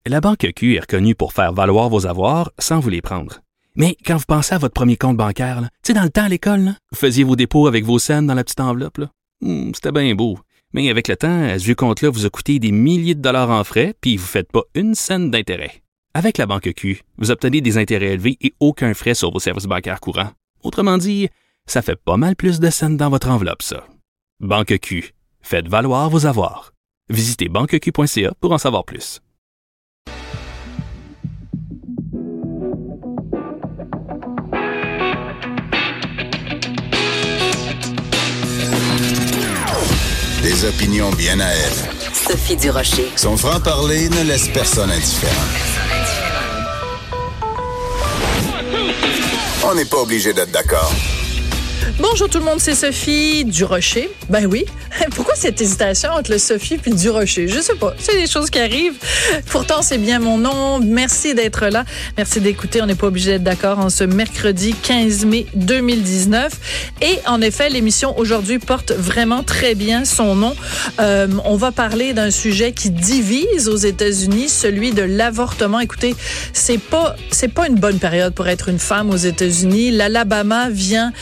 La Banque Q est reconnue pour faire valoir vos avoirs sans vous les prendre. Mais quand vous pensez à votre premier compte bancaire, tu sais, dans le temps à l'école, là, vous faisiez vos dépôts avec vos scènes dans la petite enveloppe. Là. C'était bien beau. Mais avec le temps, ce vieux compte-là vous a coûté des milliers de dollars en frais, puis vous ne faites pas une scène d'intérêt. Avec la Banque Q, vous obtenez des intérêts élevés et aucun frais sur vos services bancaires courants. Autrement dit, ça fait pas mal plus de scènes dans votre enveloppe, ça. Banque Q. Faites valoir vos avoirs. Visitez banqueq.ca pour en savoir plus. Des opinions bien à elle. Sophie Durocher. Son franc-parler ne laisse personne indifférent. On n'est pas obligé d'être d'accord. Bonjour tout le monde, c'est Sophie Durocher. Ben oui, pourquoi cette hésitation entre le Sophie puis Durocher? Je sais pas, c'est des choses qui arrivent. Pourtant, c'est bien mon nom. Merci d'être là. Merci d'écouter. On n'est pas obligé d'être d'accord en ce mercredi 15 mai 2019. Et en effet, l'émission aujourd'hui porte vraiment très bien son nom. On va parler d'un sujet qui divise aux États-Unis, celui de l'avortement. Écoutez, c'est pas une bonne période pour être une femme aux États-Unis. L'Alabama vient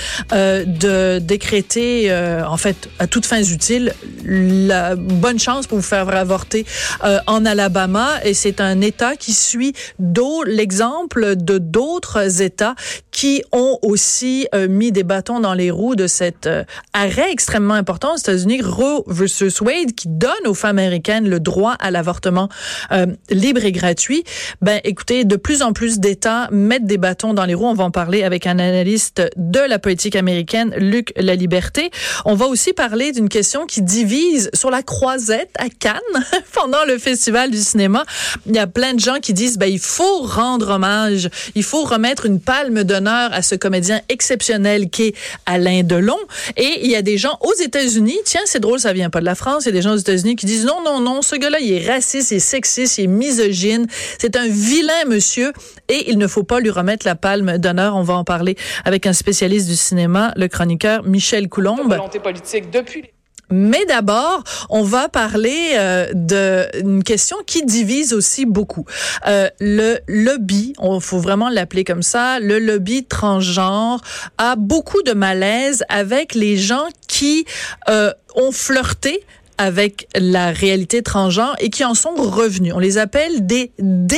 de décréter, en fait, à toutes fins utiles, la bonne chance pour vous faire avorter en Alabama. Et c'est un État qui suit l'exemple de d'autres États qui ont aussi mis des bâtons dans les roues de cet arrêt extrêmement important aux États-Unis, Roe versus Wade, qui donne aux femmes américaines le droit à l'avortement libre et gratuit. Ben, écoutez, de plus en plus d'États mettent des bâtons dans les roues. On va en parler avec un analyste de la politique américaine, Luc Laliberté. On va aussi parler d'une question qui divise sur la Croisette à Cannes pendant le Festival du cinéma. Il y a plein de gens qui disent, ben, il faut rendre hommage, il faut remettre une palme d'honneur à ce comédien exceptionnel qu'est Alain Delon. Et il y a des gens aux États-Unis, tiens, c'est drôle, ça vient pas de la France, il y a des gens aux États-Unis qui disent non, ce gars-là, il est raciste, il est sexiste, il est misogyne, c'est un vilain monsieur et il ne faut pas lui remettre la palme d'honneur. On va en parler avec un spécialiste du cinéma, le chroniqueur Michel Coulombe. Volonté politique depuis. Mais d'abord, on va parler d'une question qui divise aussi beaucoup. Le lobby, il faut vraiment l'appeler comme ça, le lobby transgenre a beaucoup de malaise avec les gens qui ont flirté avec la réalité transgenre et qui en sont revenus. On les appelle des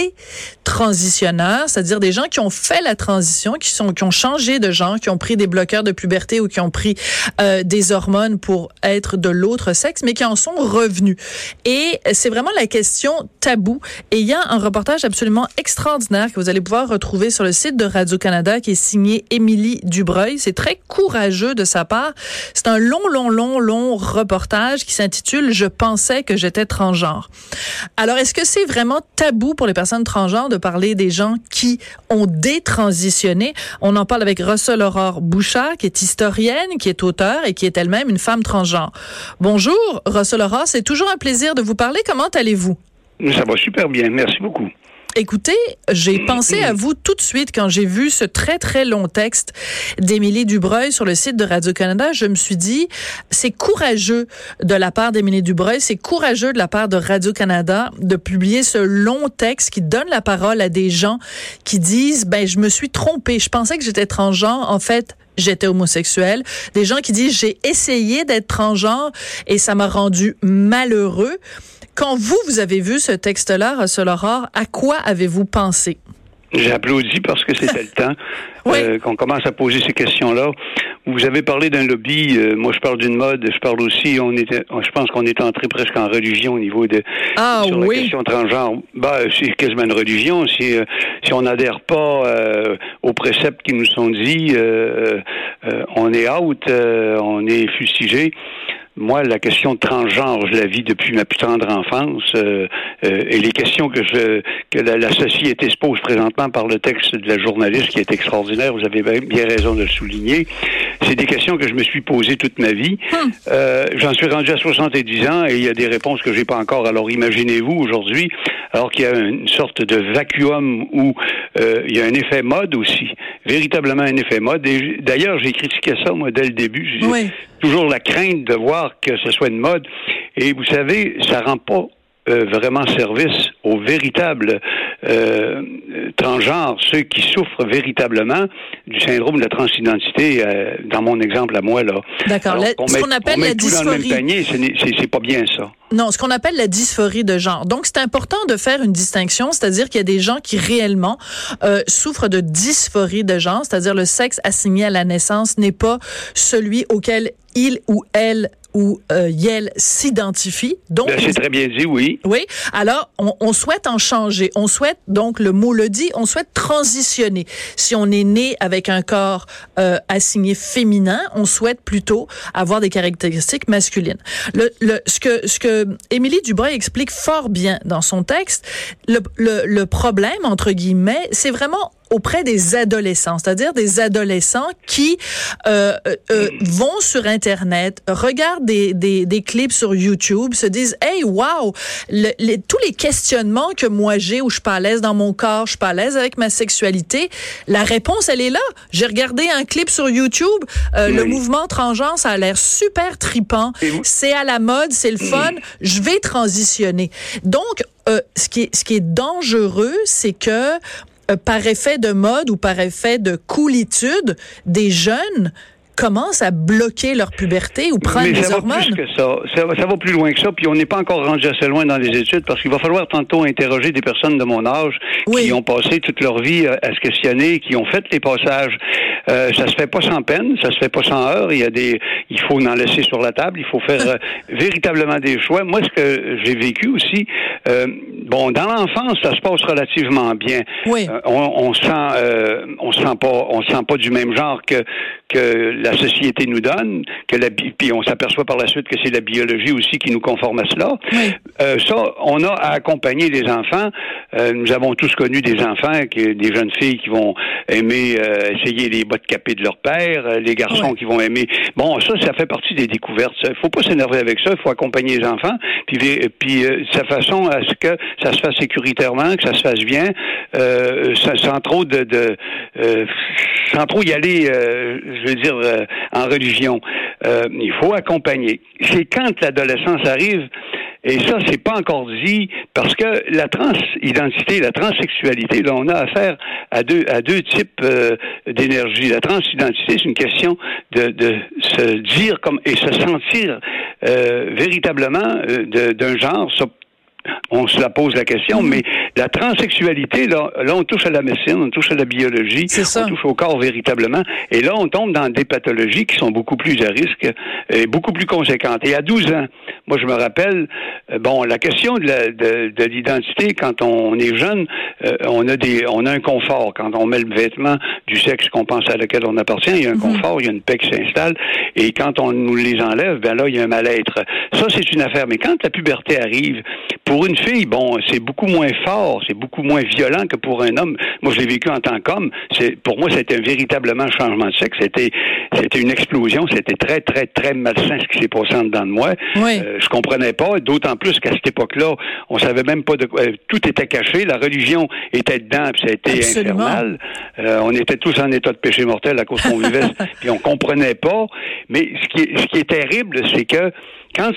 détransitionneurs, c'est-à-dire des gens qui ont fait la transition, qui ont changé de genre, qui ont pris des bloqueurs de puberté ou qui ont pris des hormones pour être de l'autre sexe, mais qui en sont revenus. Et c'est vraiment la question taboue. Et il y a un reportage absolument extraordinaire que vous allez pouvoir retrouver sur le site de Radio-Canada qui est signé Émilie Dubreuil. C'est très courageux de sa part. C'est un long reportage qui s'intitule « Je pensais que j'étais transgenre ». Alors, est-ce que c'est vraiment tabou pour les personnes transgenres de parler des gens qui ont détransitionné? On en parle avec Russell-Aurore Bouchard, qui est historienne, qui est auteure et qui est elle-même une femme transgenre. Bonjour, Russell-Aurore, c'est toujours un plaisir de vous parler. Comment allez-vous? Ça va super bien, merci beaucoup. Écoutez, j'ai pensé à vous tout de suite quand j'ai vu ce très, très long texte d'Émilie Dubreuil sur le site de Radio-Canada. Je me suis dit, c'est courageux de la part d'Émilie Dubreuil, c'est courageux de la part de Radio-Canada de publier ce long texte qui donne la parole à des gens qui disent, ben, je me suis trompée, je pensais que j'étais transgenre, en fait, j'étais homosexuelle. Des gens qui disent, j'ai essayé d'être transgenre et ça m'a rendu malheureux. Quand vous avez vu ce texte-là, Russell-Aurore, à quoi avez-vous pensé? J'ai applaudi parce que c'était le temps qu'on commence à poser ces questions-là. Vous avez parlé d'un lobby, moi je parle d'une mode, je parle aussi, je pense qu'on est entré presque en religion au niveau de sur la question transgenre. C'est quasiment une religion. Si on n'adhère pas aux préceptes qui nous sont dits, on est out, on est fustigé. Moi, la question de transgenre, je la vis depuis ma plus tendre enfance. Et les questions que la société se pose présentement par le texte de la journaliste qui est extraordinaire, vous avez bien raison de le souligner, c'est des questions que je me suis posées toute ma vie. J'en suis rendu à 70 ans et il y a des réponses que j'ai pas encore. Alors imaginez-vous aujourd'hui, alors qu'il y a une sorte de vacuum où il y a un effet mode aussi, véritablement un effet mode. Et d'ailleurs, j'ai critiqué ça, moi, dès le début. J'ai toujours la crainte de voir que ce soit une mode. Et vous savez, ça rend pas vraiment service aux véritables transgenres, ceux qui souffrent véritablement du syndrome de la transidentité, dans mon exemple à moi, là. D'accord. Ce qu'on appelle la dysphorie. Dans le même panier, c'est pas bien ça. Non, ce qu'on appelle la dysphorie de genre. Donc, c'est important de faire une distinction, c'est-à-dire qu'il y a des gens qui réellement souffrent de dysphorie de genre, c'est-à-dire le sexe assigné à la naissance n'est pas celui auquel il ou elle ou Yel s'identifie. Donc, c'est très bien dit, oui. Oui. Alors, on souhaite en changer. On souhaite, donc, le mot le dit, on souhaite transitionner. Si on est né avec un corps assigné féminin, on souhaite plutôt avoir des caractéristiques masculines. Ce que Émilie Dubreuil explique fort bien dans son texte, le problème, entre guillemets, c'est vraiment auprès des adolescents, c'est-à-dire des adolescents qui vont sur Internet, regardent des clips sur YouTube, se disent « Hey, wow! » Tous les questionnements que moi j'ai, où je suis pas à l'aise dans mon corps, je suis pas à l'aise avec ma sexualité, la réponse, elle est là. J'ai regardé un clip sur YouTube, le mouvement transgenre, ça a l'air super tripant, c'est à la mode, c'est le fun, je vais transitionner. Donc, ce qui est dangereux, c'est que par effet de mode ou par effet de coolitude, des jeunes commencent à bloquer leur puberté ou prendre des hormones. Mais ça va plus que ça. Ça va plus loin que ça, puis on n'est pas encore rendu assez loin dans les études, parce qu'il va falloir tantôt interroger des personnes de mon âge qui ont passé toute leur vie à se questionner, qui ont fait les passages. Ça se fait pas sans peine, ça se fait pas sans heurts. Il faut en laisser sur la table, il faut faire véritablement des choix. Moi, ce que j'ai vécu aussi, dans l'enfance, ça se passe relativement bien. Oui. On se sent pas du même genre que la société nous donne, puis on s'aperçoit par la suite que c'est la biologie aussi qui nous conforme à cela. Oui. Ça, on a à accompagner les enfants. Nous avons tous connu des enfants, des jeunes filles qui vont aimer essayer les bottes capées de leur père, les garçons qui vont aimer. Bon, ça fait partie des découvertes. Il faut pas s'énerver avec ça. Il faut accompagner les enfants, puis sa façon à ce que ça se fasse sécuritairement, que ça se fasse bien, sans trop y aller, je veux dire, en religion. Il faut accompagner. C'est quand l'adolescence arrive, et ça, c'est pas encore dit, parce que la transidentité, la transsexualité, là, on a affaire à deux types d'énergie. La transidentité, c'est une question de se dire et se sentir véritablement d'un genre. Ça, on se la pose la question, mais la transsexualité, là, on touche à la médecine, on touche à la biologie, on touche au corps véritablement, et là, on tombe dans des pathologies qui sont beaucoup plus à risque et beaucoup plus conséquentes. Et à 12 ans, moi, je me rappelle, la question de l'identité, quand on est jeune, on a un confort. Quand on met le vêtement du sexe qu'on pense à lequel on appartient, il y a un confort, il y a une paix qui s'installe, et quand on nous les enlève, là, il y a un mal-être. Ça, c'est une affaire. Mais quand la puberté arrive, pour une fille, c'est beaucoup moins fort, c'est beaucoup moins violent que pour un homme. Moi, je l'ai vécu en tant qu'homme. Pour moi, c'était véritablement un changement de sexe. C'était une explosion. C'était très, très, très malsain ce qui s'est passé en dedans de moi. Oui. Je comprenais pas, d'autant plus qu'à cette époque-là, on savait même pas tout était caché. La religion était dedans, puis ça a été infernal. On était tous en état de péché mortel à cause qu'on vivait, puis on comprenait pas. Mais ce qui est terrible, c'est que quand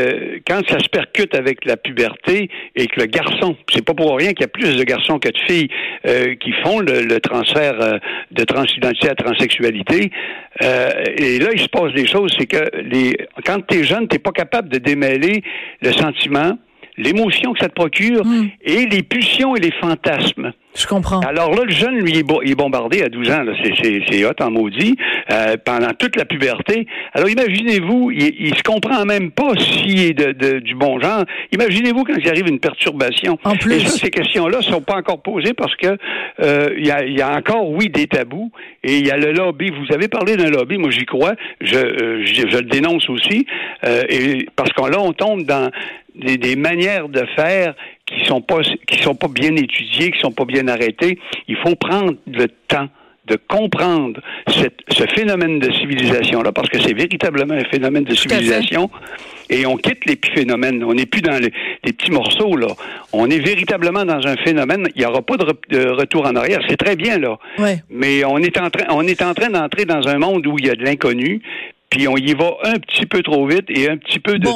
ça se percute avec la puberté et que le garçon, c'est pas pour rien qu'il y a plus de garçons que de filles qui font le transfert de transidentité à transsexualité, et là il se passe des choses, c'est que quand t'es jeune, t'es pas capable de démêler le sentiment, l'émotion que ça te procure et les pulsions et les fantasmes. Je comprends. Alors là, le jeune, lui, il est bombardé à 12 ans. Là, c'est hot en maudit, pendant toute la puberté. Alors imaginez-vous, il se comprend même pas s'il est du bon genre. Imaginez-vous quand il arrive une perturbation. En plus. Et ça, ces questions-là sont pas encore posées parce que il y a encore, des tabous. Et il y a le lobby. Vous avez parlé d'un lobby, moi j'y crois. Je le dénonce aussi. Et parce que là, on tombe dans des manières de faire qui sont pas bien étudiées, qui sont pas bien arrêtées. Il faut prendre le temps de comprendre ce phénomène de civilisation-là, parce que c'est véritablement un phénomène de civilisation, et on quitte l'épiphénomène. On n'est plus dans les petits morceaux, là. On est véritablement dans un phénomène. Il n'y aura pas de retour en arrière. C'est très bien, là. Ouais. Mais on est en train d'entrer dans un monde où il y a de l'inconnu. puis on y va un petit peu trop vite et un petit peu de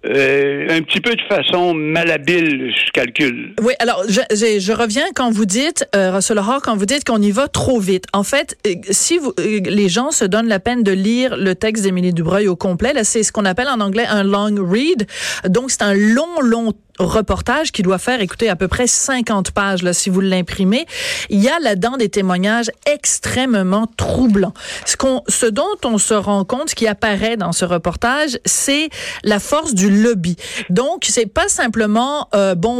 façon malhabile, je calcule. Oui, alors je reviens quand vous dites, Russell Hart, quand vous dites qu'on y va trop vite. En fait, si les gens se donnent la peine de lire le texte d'Émilie Dubreuil au complet, là, c'est ce qu'on appelle en anglais un long read. Donc, c'est un long reportage qui doit faire, écoutez, à peu près 50 pages, là, si vous l'imprimez. Il y a là-dedans des témoignages extrêmement troublants. Ce dont on se rend compte, ce qui apparaît dans ce reportage, c'est la force du lobby. Donc, c'est pas simplement,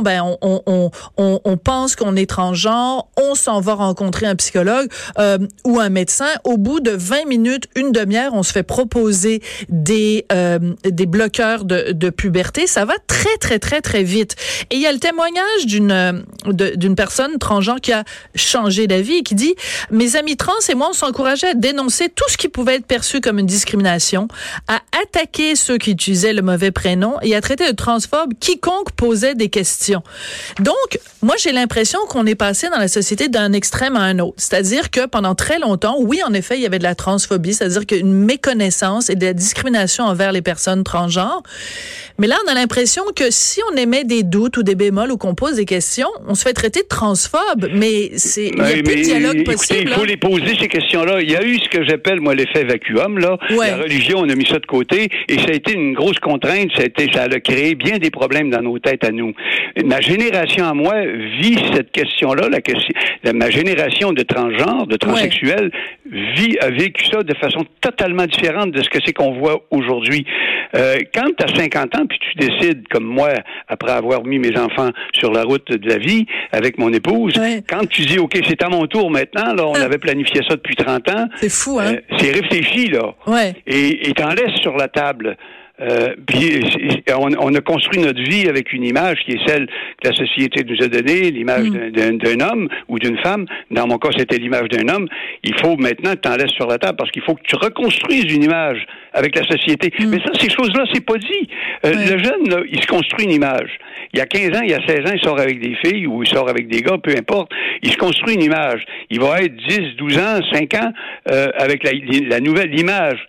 on pense qu'on est transgenre, on s'en va rencontrer un psychologue ou un médecin. Au bout de 20 minutes, une demi-heure, on se fait proposer des bloqueurs de puberté. Ça va très, très, très, très vite. Et il y a le témoignage d'une personne transgenre qui a changé d'avis et qui dit « Mes amis trans et moi, on s'encourageait à dénoncer tout ce qui pouvait être perçu comme une discrimination, à attaquer ceux qui utilisaient le mauvais prénom et à traiter de transphobe quiconque posait des questions. » Donc, moi, j'ai l'impression qu'on est passé dans la société d'un extrême à un autre. C'est-à-dire que pendant très longtemps, oui, en effet, il y avait de la transphobie, c'est-à-dire qu'une méconnaissance et de la discrimination envers les personnes transgenres. Mais là, on a l'impression que si on émet des doutes ou des bémols ou qu'on pose des questions, on se fait traiter de transphobe. Mais il n'y a plus de dialogue possible. Il faut les poser, ces questions-là. Il y a eu ce que j'appelle, moi, l'effet vacuum, là. Ouais. La religion, on a mis ça de côté et ça a été une grosse contrainte. Ça a créé bien des problèmes dans nos têtes à nous. Ma génération à moi vit cette question-là. Ma génération de transgenres, de transsexuels, a vécu ça de façon totalement différente de ce que c'est qu'on voit aujourd'hui. Quand tu as 50 ans, puis tu décides, comme moi, après avoir mis mes enfants sur la route de la vie avec mon épouse, quand tu dis, OK, c'est à mon tour maintenant, là, on avait planifié ça depuis 30 ans. C'est fou, hein? C'est réfléchi, là. Ouais. Et t'en laisses sur la table. Puis on a construit notre vie avec une image qui est celle que la société nous a donnée, l'image d'un homme ou d'une femme. Dans mon cas, c'était l'image d'un homme. Il faut maintenant que tu en laisses sur la table parce qu'il faut que tu reconstruises une image avec la société. Mais ça, ces choses-là, c'est pas dit. Le jeune, là, il se construit une image. Il y a 15 ans, il y a 16 ans, il sort avec des filles ou il sort avec des gars, peu importe. Il se construit une image. Il va être 10, 12 ans, 5 ans avec la nouvelle image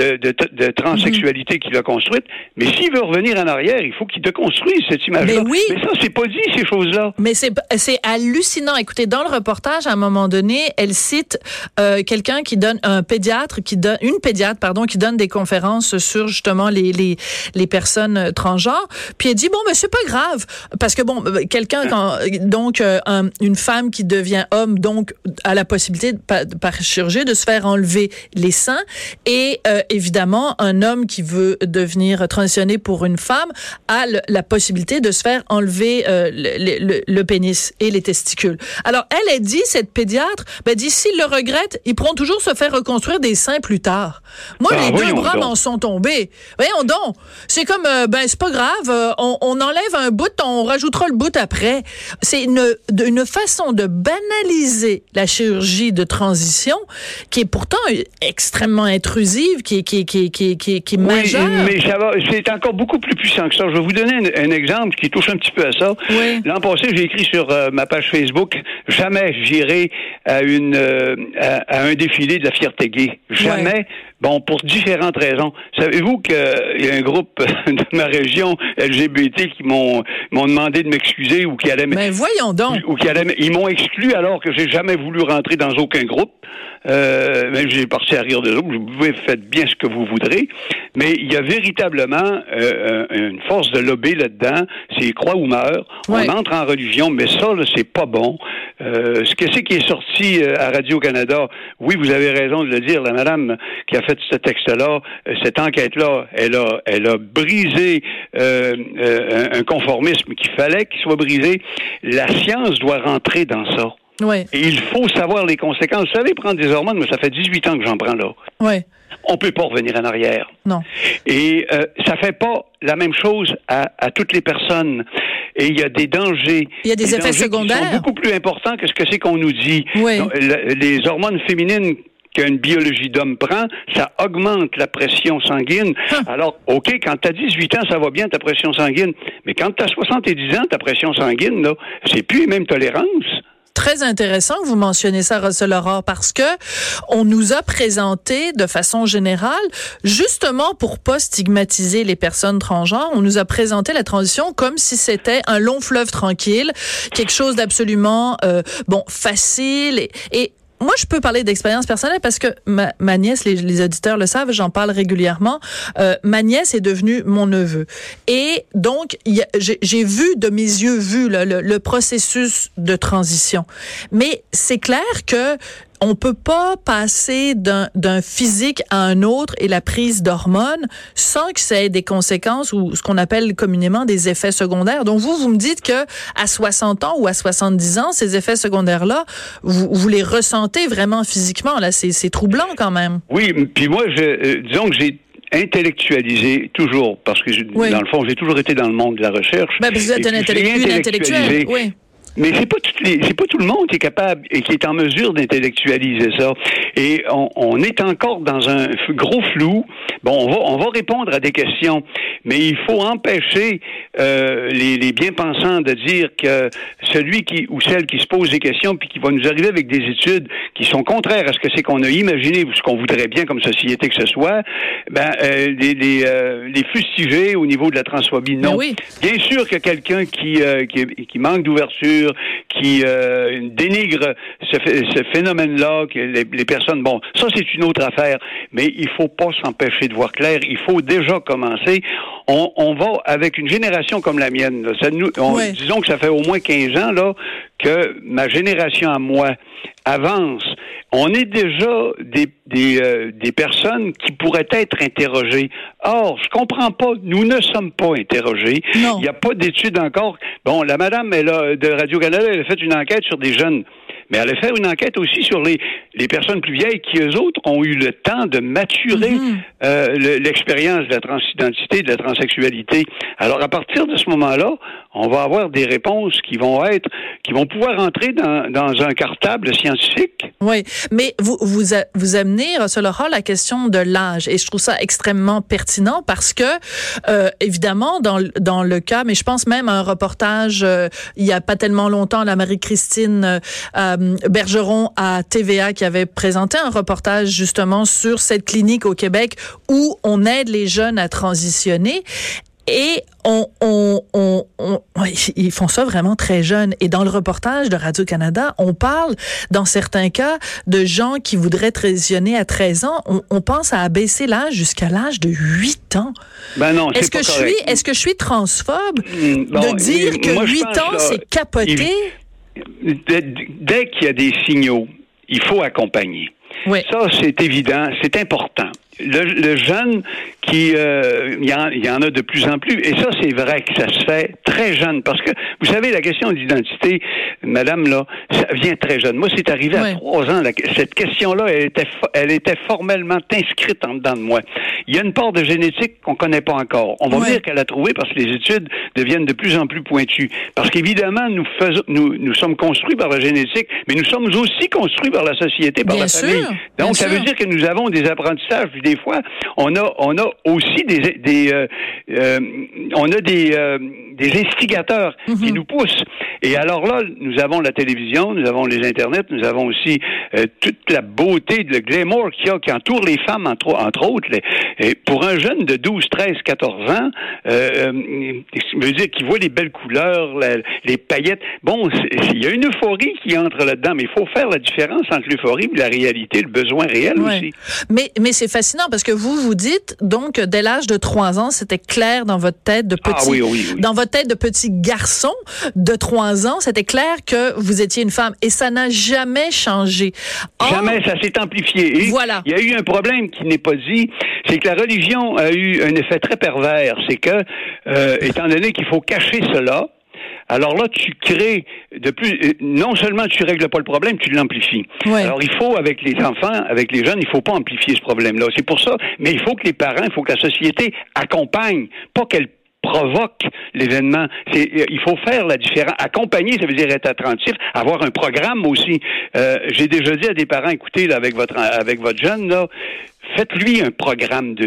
de transsexualité qu'il a construite. Mais s'il veut revenir en arrière, il faut qu'il déconstruise cette image-là. Mais oui. Mais ça, c'est pas dit, ces choses-là. Mais c'est hallucinant. Écoutez, dans le reportage, à un moment donné, elle cite quelqu'un qui donne une pédiatre, qui donne des conférences sur justement les personnes transgenres. Puis elle dit c'est pas grave parce que une femme qui devient homme donc a la possibilité par chirurgie de se faire enlever les seins et évidemment un homme qui veut devenir transitionné pour une femme a la possibilité de se faire enlever le pénis et les testicules. Alors elle dit, cette pédiatre, dit s'ils le regrettent, ils pourront toujours se faire reconstruire des seins plus tard. Moi, les deux bras m'en sont tombés. Voyons donc. C'est comme, c'est pas grave, on enlève un bout, on rajoutera le bout après. C'est une façon de banaliser la chirurgie de transition qui est pourtant extrêmement intrusive, qui est majeure. Mais c'est encore beaucoup plus puissant que ça. Je vais vous donner un exemple qui touche un petit peu à ça. Oui. L'an passé, j'ai écrit sur ma page Facebook, jamais j'irai à un défilé de la fierté gay. Jamais. Ouais. Bon, pour différentes raisons. Savez-vous qu'il y a un groupe de ma région LGBT qui m'ont demandé de m'excuser ou qui allaient... Mais voyons donc. Ils m'ont exclu alors que j'ai jamais voulu rentrer dans aucun groupe. Même j'ai parti à rire de eux. Vous pouvez faire bien ce que vous voudrez. Mais il y a véritablement une force de lobby là-dedans. C'est croix ou meurt. Ouais. On entre en religion, mais ça, là, c'est pas bon. Ce que c'est qui est sorti à Radio-Canada, oui, vous avez raison de le dire, la madame qui a fait ce texte-là, cette enquête-là, elle a brisé un conformisme qu'il fallait qu'il soit brisé. La science doit rentrer dans ça. Ouais. Et il faut savoir les conséquences. Vous savez, prendre des hormones, moi, ça fait 18 ans que j'en prends là. Ouais. On peut pas revenir en arrière. Non. Et ça fait pas la même chose à toutes les personnes. Et il y a des dangers. Il y a des effets secondaires. Qui sont beaucoup plus importants que ce que c'est qu'on nous dit. Oui. Donc, les hormones féminines qu'une biologie d'homme prend, ça augmente la pression sanguine. Alors, OK, quand tu as 18 ans, ça va bien ta pression sanguine. Mais quand tu as 70 ans, ta pression sanguine, là, c'est plus les mêmes tolérances. très intéressant que vous mentionnez ça, Russell Aurore, parce que on nous a présenté de façon générale, justement pour pas stigmatiser les personnes transgenres, on nous a présenté la transition comme si c'était un long fleuve tranquille, quelque chose d'absolument facile et moi, je peux parler d'expérience personnelle parce que ma nièce, les auditeurs le savent, j'en parle régulièrement. Ma nièce est devenue mon neveu. Et donc, j'ai vu de mes yeux le processus de transition. Mais c'est clair que on peut pas passer d'un physique à un autre et la prise d'hormones sans que ça ait des conséquences ou ce qu'on appelle communément des effets secondaires. Donc vous me dites que à 60 ans ou à 70 ans, ces effets secondaires-là, vous les ressentez vraiment physiquement. Là, c'est troublant quand même. Oui, puis moi, disons que j'ai intellectualisé toujours, parce que dans le fond, j'ai toujours été dans le monde de la recherche. Ben, vous êtes une intellectuelle, oui. Mais c'est pas tout le monde qui est capable et qui est en mesure d'intellectualiser ça. Et on est encore dans un gros flou. Bon, on va répondre à des questions, mais il faut empêcher les bien-pensants de dire que celui ou celle qui se pose des questions puis qui va nous arriver avec des études qui sont contraires à ce que c'est qu'on a imaginé ou ce qu'on voudrait bien comme société que ce soit, les fustiger au niveau de la transphobie. Non. Oui. Bien sûr que quelqu'un qui manque d'ouverture, qui dénigre ce phénomène-là, que les personnes, bon, ça c'est une autre affaire, mais il faut pas s'empêcher de voir clair, il faut déjà commencer. On va avec une génération comme la mienne, là, disons que ça fait au moins 15 ans là que ma génération à moi avance. On est déjà des personnes qui pourraient être interrogées. Or, je comprends pas, nous ne sommes pas interrogés. Non. Il n'y a pas d'études encore. Bon, la madame de Radio-Canada, elle a fait une enquête sur des jeunes. Mais elle a fait une enquête aussi sur les personnes plus vieilles qui, eux autres, ont eu le temps de maturer l'expérience de la transidentité, de la transsexualité. Alors, à partir de ce moment-là, on va avoir des réponses qui vont pouvoir entrer dans un cartable scientifique. Oui, mais vous amenez, Russell Aurore, la question de l'âge, et je trouve ça extrêmement pertinent parce que, évidemment, dans le cas, mais je pense même à un reportage, il y a pas tellement longtemps, la Marie-Christine Bergeron à TVA qui avait présenté un reportage justement sur cette clinique au Québec où on aide les jeunes à transitionner. Et ils font ça vraiment très jeunes. Et dans le reportage de Radio-Canada, on parle, dans certains cas, de gens qui voudraient transitionner à 13 ans. On pense à abaisser l'âge jusqu'à l'âge de 8 ans. Ben non, c'est pas correct. Est-ce que je suis transphobe de dire que 8 ans, c'est capoté? Dès qu'il y a des signaux, il faut accompagner. Oui. Ça, c'est évident, c'est important. Le jeune il y en a de plus en plus. Et ça, c'est vrai que ça se fait très jeune. Parce que, vous savez, la question d'identité, madame, là, ça vient très jeune. Moi, c'est arrivé à 3 ans. Cette question-là, elle était formellement inscrite en dedans de moi. Il y a une part de génétique qu'on connaît pas encore. On va dire qu'elle a trouvé parce que les études deviennent de plus en plus pointues. Parce qu'évidemment, nous sommes construits par la génétique, mais nous sommes aussi construits par la société, par la famille. Donc, ça veut dire que nous avons des apprentissages. Puis des fois, on a aussi des instigateurs qui nous poussent. Et alors là, nous avons la télévision, nous avons les internets, nous avons aussi toute la beauté, le glamour qui entoure les femmes, entre autres. Et pour un jeune de 12, 13, 14 ans, je veux dire qu'il voit les belles couleurs, les paillettes. Bon, il y a une euphorie qui entre là-dedans, mais il faut faire la différence entre l'euphorie et la réalité, le besoin réel aussi. Mais c'est fascinant parce que vous dites donc dès l'âge de 3 ans, c'était clair dans votre tête de petit dans votre tête de petit garçon de 3 ans, c'était clair que vous étiez une femme et ça n'a jamais changé. Jamais, ça s'est amplifié. Et voilà. Il y a eu un problème qui n'est pas dit, c'est que la religion a eu un effet très pervers, c'est que étant donné qu'il faut cacher cela, alors là, tu crées non seulement tu règles pas le problème, tu l'amplifies. Ouais. Alors il faut, avec les enfants, avec les jeunes, il faut pas amplifier ce problème-là. C'est pour ça, mais il faut que les parents, il faut que la société accompagne, pas qu'elle provoque l'événement. Il faut faire la différence. Accompagner, ça veut dire être attentif, avoir un programme aussi. J'ai déjà dit à des parents, écoutez, là, avec votre jeune, là, faites-lui un programme de vie.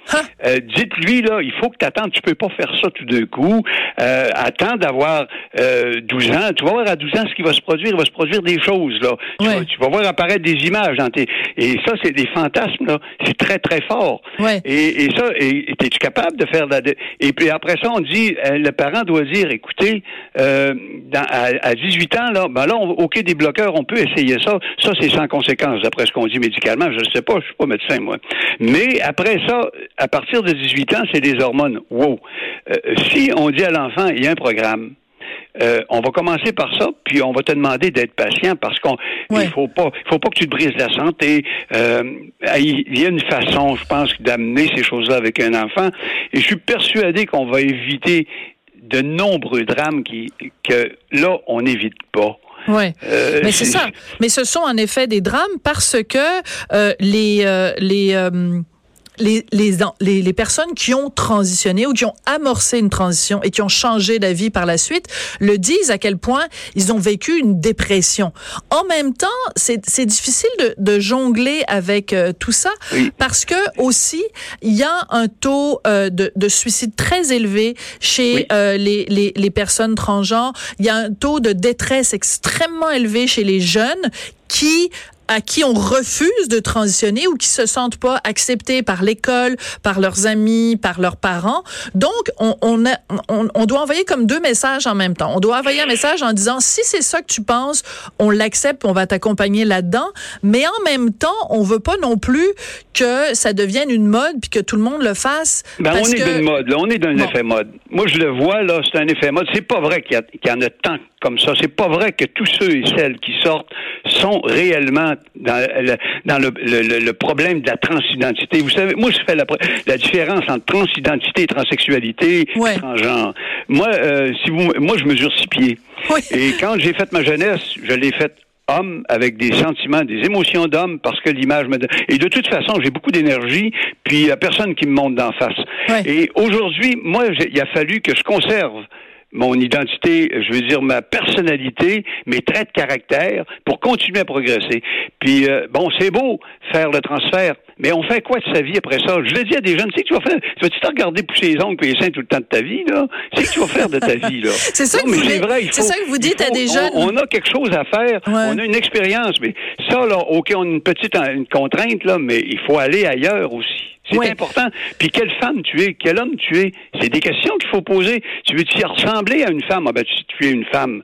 Dites-lui, là, il faut que tu attendes, tu peux pas faire ça tout d'un coup. Attends d'avoir 12 ans. Tu vas voir à 12 ans ce qui va se produire. Il va se produire des choses, là. Tu vas voir apparaître des images dans tes... Et ça, c'est des fantasmes, là. C'est très, très fort. Ouais. Et ça, es-tu capable de faire Et puis après ça, on dit, le parent doit dire, écoutez, à 18 ans, là, ben là, OK, des bloqueurs, on peut essayer ça. Ça, c'est sans conséquence, d'après ce qu'on dit médicalement. Je ne sais pas, je suis pas médecin, moi. Mais après ça, à partir de 18 ans, c'est des hormones. Wow! Si on dit à l'enfant, il y a un programme, on va commencer par ça, puis on va te demander d'être patient parce il faut pas que tu te brises la santé. Il y a une façon, je pense, d'amener ces choses-là avec un enfant. Et je suis persuadé qu'on va éviter de nombreux drames que là, on n'évite pas. Oui, mais c'est ça. Mais ce sont en effet des drames parce que les personnes qui ont transitionné ou qui ont amorcé une transition et qui ont changé la vie par la suite le disent à quel point ils ont vécu une dépression. En même temps, c'est difficile de jongler avec tout ça parce que aussi il y a un taux de suicide très élevé chez les personnes transgenres. Il y a un taux de détresse extrêmement élevé chez les jeunes à qui on refuse de transitionner ou qui se sentent pas acceptés par l'école, par leurs amis, par leurs parents. Donc, on doit envoyer comme deux messages en même temps. On doit envoyer un message en disant, si c'est ça que tu penses, on l'accepte, on va t'accompagner là-dedans. Mais en même temps, on veut pas non plus que ça devienne une mode puis que tout le monde le fasse. Ben, on est d'une mode, là. On est d'un effet mode. Moi, je le vois, là, c'est un effet mode. C'est pas vrai qu'il y en a tant comme ça. C'est pas vrai que tous ceux et celles qui sortent sont réellement dans le problème de la transidentité. Vous savez, moi, je fais la différence entre transidentité et transsexualité, transgenre. Moi, moi, je mesure 6 pieds. Oui. Et quand j'ai fait ma jeunesse, je l'ai faite homme avec des sentiments, des émotions d'homme parce que l'image me donne. Et de toute façon, j'ai beaucoup d'énergie, puis il n'y a personne qui me monte d'en face. Ouais. Et aujourd'hui, moi, il a fallu que je conserve mon identité, je veux dire ma personnalité, mes traits de caractère pour continuer à progresser. Puis, bon, c'est beau faire le transfert, mais on fait quoi de sa vie après ça? Je le dis à des jeunes, tu sais que tu vas faire, tu vas-tu te regarder pousser les ongles et les seins tout le temps de ta vie, là? C'est que tu vas faire de ta vie, là? C'est ça, c'est ça que vous dites à des jeunes. On a quelque chose à faire, on a une expérience, mais ça, là, OK, on a une contrainte, là, mais il faut aller ailleurs aussi. C'est important. Puis quelle femme tu es, quel homme tu es, c'est des questions qu'il faut poser. Tu veux-tu ressembler à une femme? Ah ben, si tu es une femme,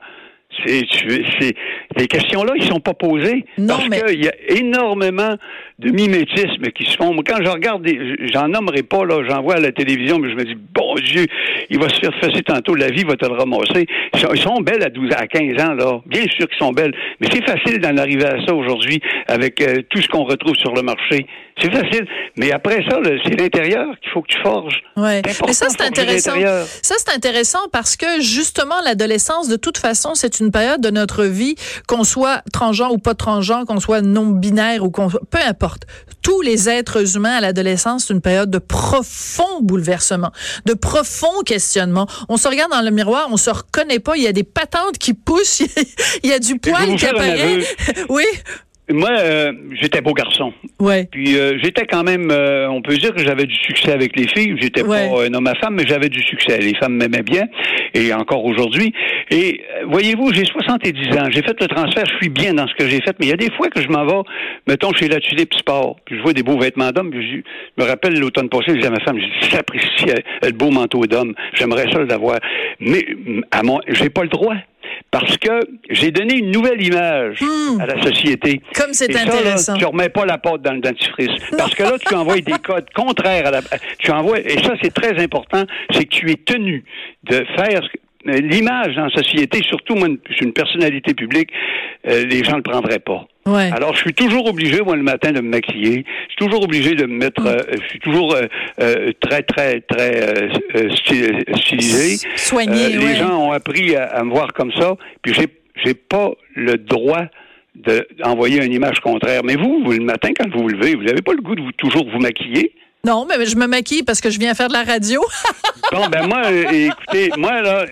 ces questions-là, ils sont pas posées. Non, parce qu'il y a énormément de mimétisme qui se font. Moi, quand je regarde j'en nommerai pas, là, j'en vois à la télévision, mais je me dis, bon Dieu, il va se faire fesser tantôt, la vie va te le ramasser. Ils sont belles à 15 ans, là. Bien sûr qu'ils sont belles. Mais c'est facile d'en arriver à ça aujourd'hui avec tout ce qu'on retrouve sur le marché. C'est facile. Mais après ça, là, c'est l'intérieur qu'il faut que tu forges. Ouais. Mais ça, c'est intéressant. Ça, c'est intéressant parce que, justement, l'adolescence, de toute façon, c'est une période de notre vie, qu'on soit transgenre ou pas transgenre, qu'on soit non-binaire ou peu importe. Tous les êtres humains à l'adolescence, c'est une période de profond bouleversement, de profond questionnement. On se regarde dans le miroir, on se reconnaît pas, il y a des patentes qui poussent, il y a du poil qui apparaît. Oui. Moi, j'étais beau garçon. Ouais. Puis j'étais quand même, on peut dire que j'avais du succès avec les filles. J'étais pas un homme à femme, mais j'avais du succès. Les femmes m'aimaient bien, et encore aujourd'hui. Et voyez-vous, j'ai 70 ans. J'ai fait le transfert, je suis bien dans ce que j'ai fait. Mais il y a des fois que je m'en vais, mettons, chez la Tulipe Sport, puis je vois des beaux vêtements d'hommes. Puis je me rappelle l'automne passé, je disais à ma femme, j'apprécie le beau manteau d'homme. J'aimerais ça l'avoir. Mais j'ai pas le droit. Parce que j'ai donné une nouvelle image à la société. Comme c'est intéressant. Là, tu remets pas la pâte dans le dentifrice. Parce que là, tu envoies des codes contraires à et ça, c'est très important, c'est que tu es tenu de faire l'image dans la société, surtout moi, je suis une personnalité publique, les gens le prendraient pas. Ouais. Alors, je suis toujours obligé, moi, le matin, de me maquiller. Je suis toujours obligé de me mettre... je suis toujours très, très, très stylisé. Soigné, Les gens ont appris à me voir comme ça. Puis, j'ai pas le droit d'envoyer une image contraire. Mais vous, le matin, quand vous vous levez, vous n'avez pas le goût de toujours vous maquiller. Non, mais je me maquille parce que je viens faire de la radio. Bon, ben moi, écoutez, moi là,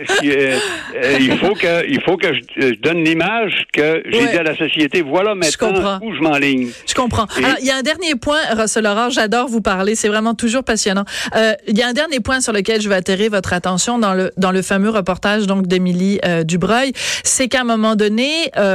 il faut que je donne l'image que j'ai dit à la société. Voilà maintenant où je m'enligne. Je comprends. Alors, il y a un dernier point, Russell Aurore, j'adore vous parler, c'est vraiment toujours passionnant. Il y a un dernier point sur lequel je vais attirer votre attention dans le fameux reportage donc d'Émilie Dubreuil, c'est qu'à un moment donné,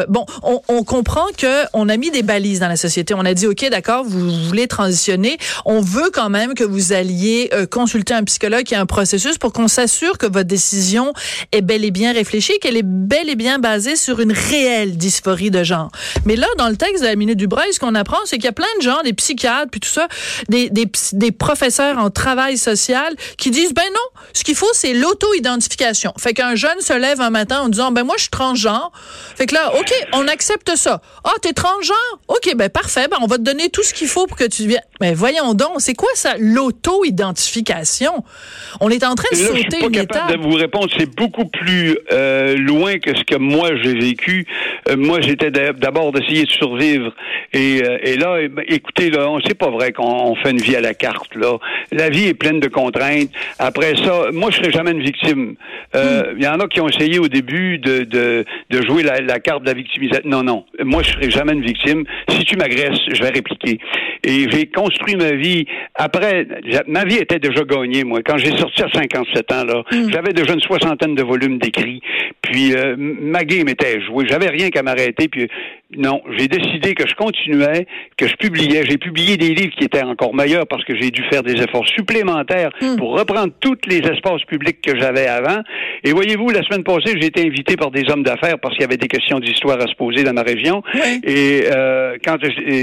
on comprend que on a mis des balises dans la société. On a dit, OK, d'accord, vous voulez transitionner, on veut quand même que vous alliez consulter un psychologue, qui a un processus pour qu'on s'assure que votre décision est bel et bien réfléchie, qu'elle est bel et bien basée sur une réelle dysphorie de genre. Mais là, dans le texte de Émilie Dubreuil, ce qu'on apprend, c'est qu'il y a plein de gens, des psychiatres, puis tout ça, des professeurs en travail social qui disent, ben non, ce qu'il faut, c'est l'auto-identification. Fait qu'un jeune se lève un matin en disant, ben moi, je suis transgenre. Fait que là, OK, on accepte ça. Ah, t'es transgenre? OK, ben parfait, ben on va te donner tout ce qu'il faut pour que tu viennes. Mais voyons donc, c'est quoi ça, l'auto-identification? On est en train de sauter une étape. Je suis pas capable de vous répondre. C'est beaucoup plus loin que ce que moi j'ai vécu. Moi, j'étais d'abord d'essayer de survivre. Et là, écoutez, là, c'est pas vrai qu'on fait une vie à la carte. Là, la vie est pleine de contraintes. Après ça, moi, je serai jamais une victime. Il y en a qui ont essayé au début de jouer la carte de la victimisation. Non. Moi, je serai jamais une victime. Si tu m'agresses, je vais répliquer. Et j'ai construit ma vie. Après, ma vie était déjà gagnée, moi. Quand j'ai sorti à 57 ans, là, j'avais déjà une 60aine de volumes d'écrits. Puis ma game était jouée. J'avais rien qu'à m'arrêter. Puis non, j'ai décidé que je continuais, que je publiais. J'ai publié des livres qui étaient encore meilleurs parce que j'ai dû faire des efforts supplémentaires pour reprendre tous les espaces publics que j'avais avant. Et voyez-vous, la semaine passée, j'ai été invité par des hommes d'affaires parce qu'il y avait des questions d'histoire à se poser dans ma région. Oui. Et quand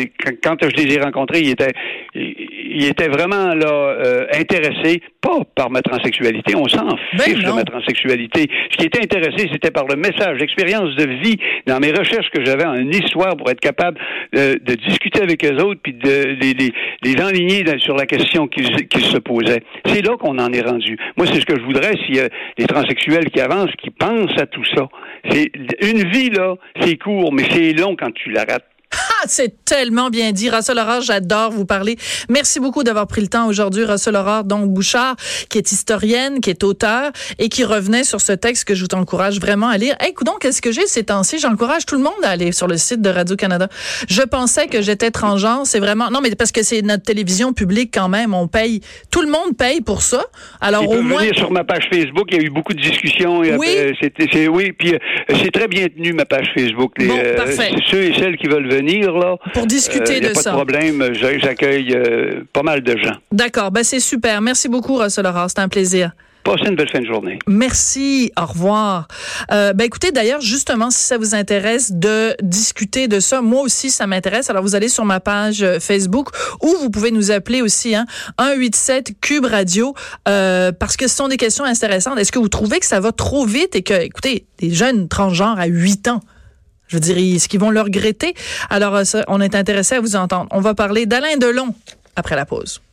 je les ai rencontrés, ils étaient vraiment là intéressés, pas par ma transsexualité, on s'en fiche de ma transsexualité. Ce qui était intéressé, c'était par le message, l'expérience de vie dans mes recherches que j'avais en histoire pour être capable de discuter avec eux autres puis de les enligner sur la question qu'ils se posaient. C'est là qu'on en est rendu. Moi, c'est ce que je voudrais s'il y a des transsexuels qui avancent, qui pensent à tout ça. C'est une vie, là, c'est court, mais c'est long quand tu la rates. Ah, c'est tellement bien dit. Russell Aurore, j'adore vous parler. Merci beaucoup d'avoir pris le temps aujourd'hui. Russell Aurore, donc Bouchard, qui est historienne, qui est auteur et qui revenait sur ce texte que je vous encourage vraiment à lire. Hey, coudonc, qu'est-ce que j'ai ces temps-ci? J'encourage tout le monde à aller sur le site de Radio-Canada. Je pensais que j'étais transgenre. C'est vraiment... Non, mais parce que c'est notre télévision publique quand même. On paye... Tout le monde paye pour ça. Alors, au moins... venir sur ma page Facebook. Il y a eu beaucoup de discussions. Oui. Oui, puis c'est très bien tenu, ma page Facebook. Parfait. Ceux et celles qui veulent venir, là, pour discuter de ça. Pas de problème, j'accueille pas mal de gens. D'accord, ben c'est super. Merci beaucoup, Russell Aurore, c'est un plaisir. Passez une belle fin de journée. Merci, au revoir. Écoutez, d'ailleurs, justement, si ça vous intéresse de discuter de ça, moi aussi, ça m'intéresse. Alors, vous allez sur ma page Facebook ou vous pouvez nous appeler aussi, 187 Radio, parce que ce sont des questions intéressantes. Est-ce que vous trouvez que ça va trop vite et que, écoutez, des jeunes transgenres à 8 ans, je veux dire, est-ce qu'ils vont le regretter? Alors, on est intéressé à vous entendre. On va parler d'Alain Delon après la pause.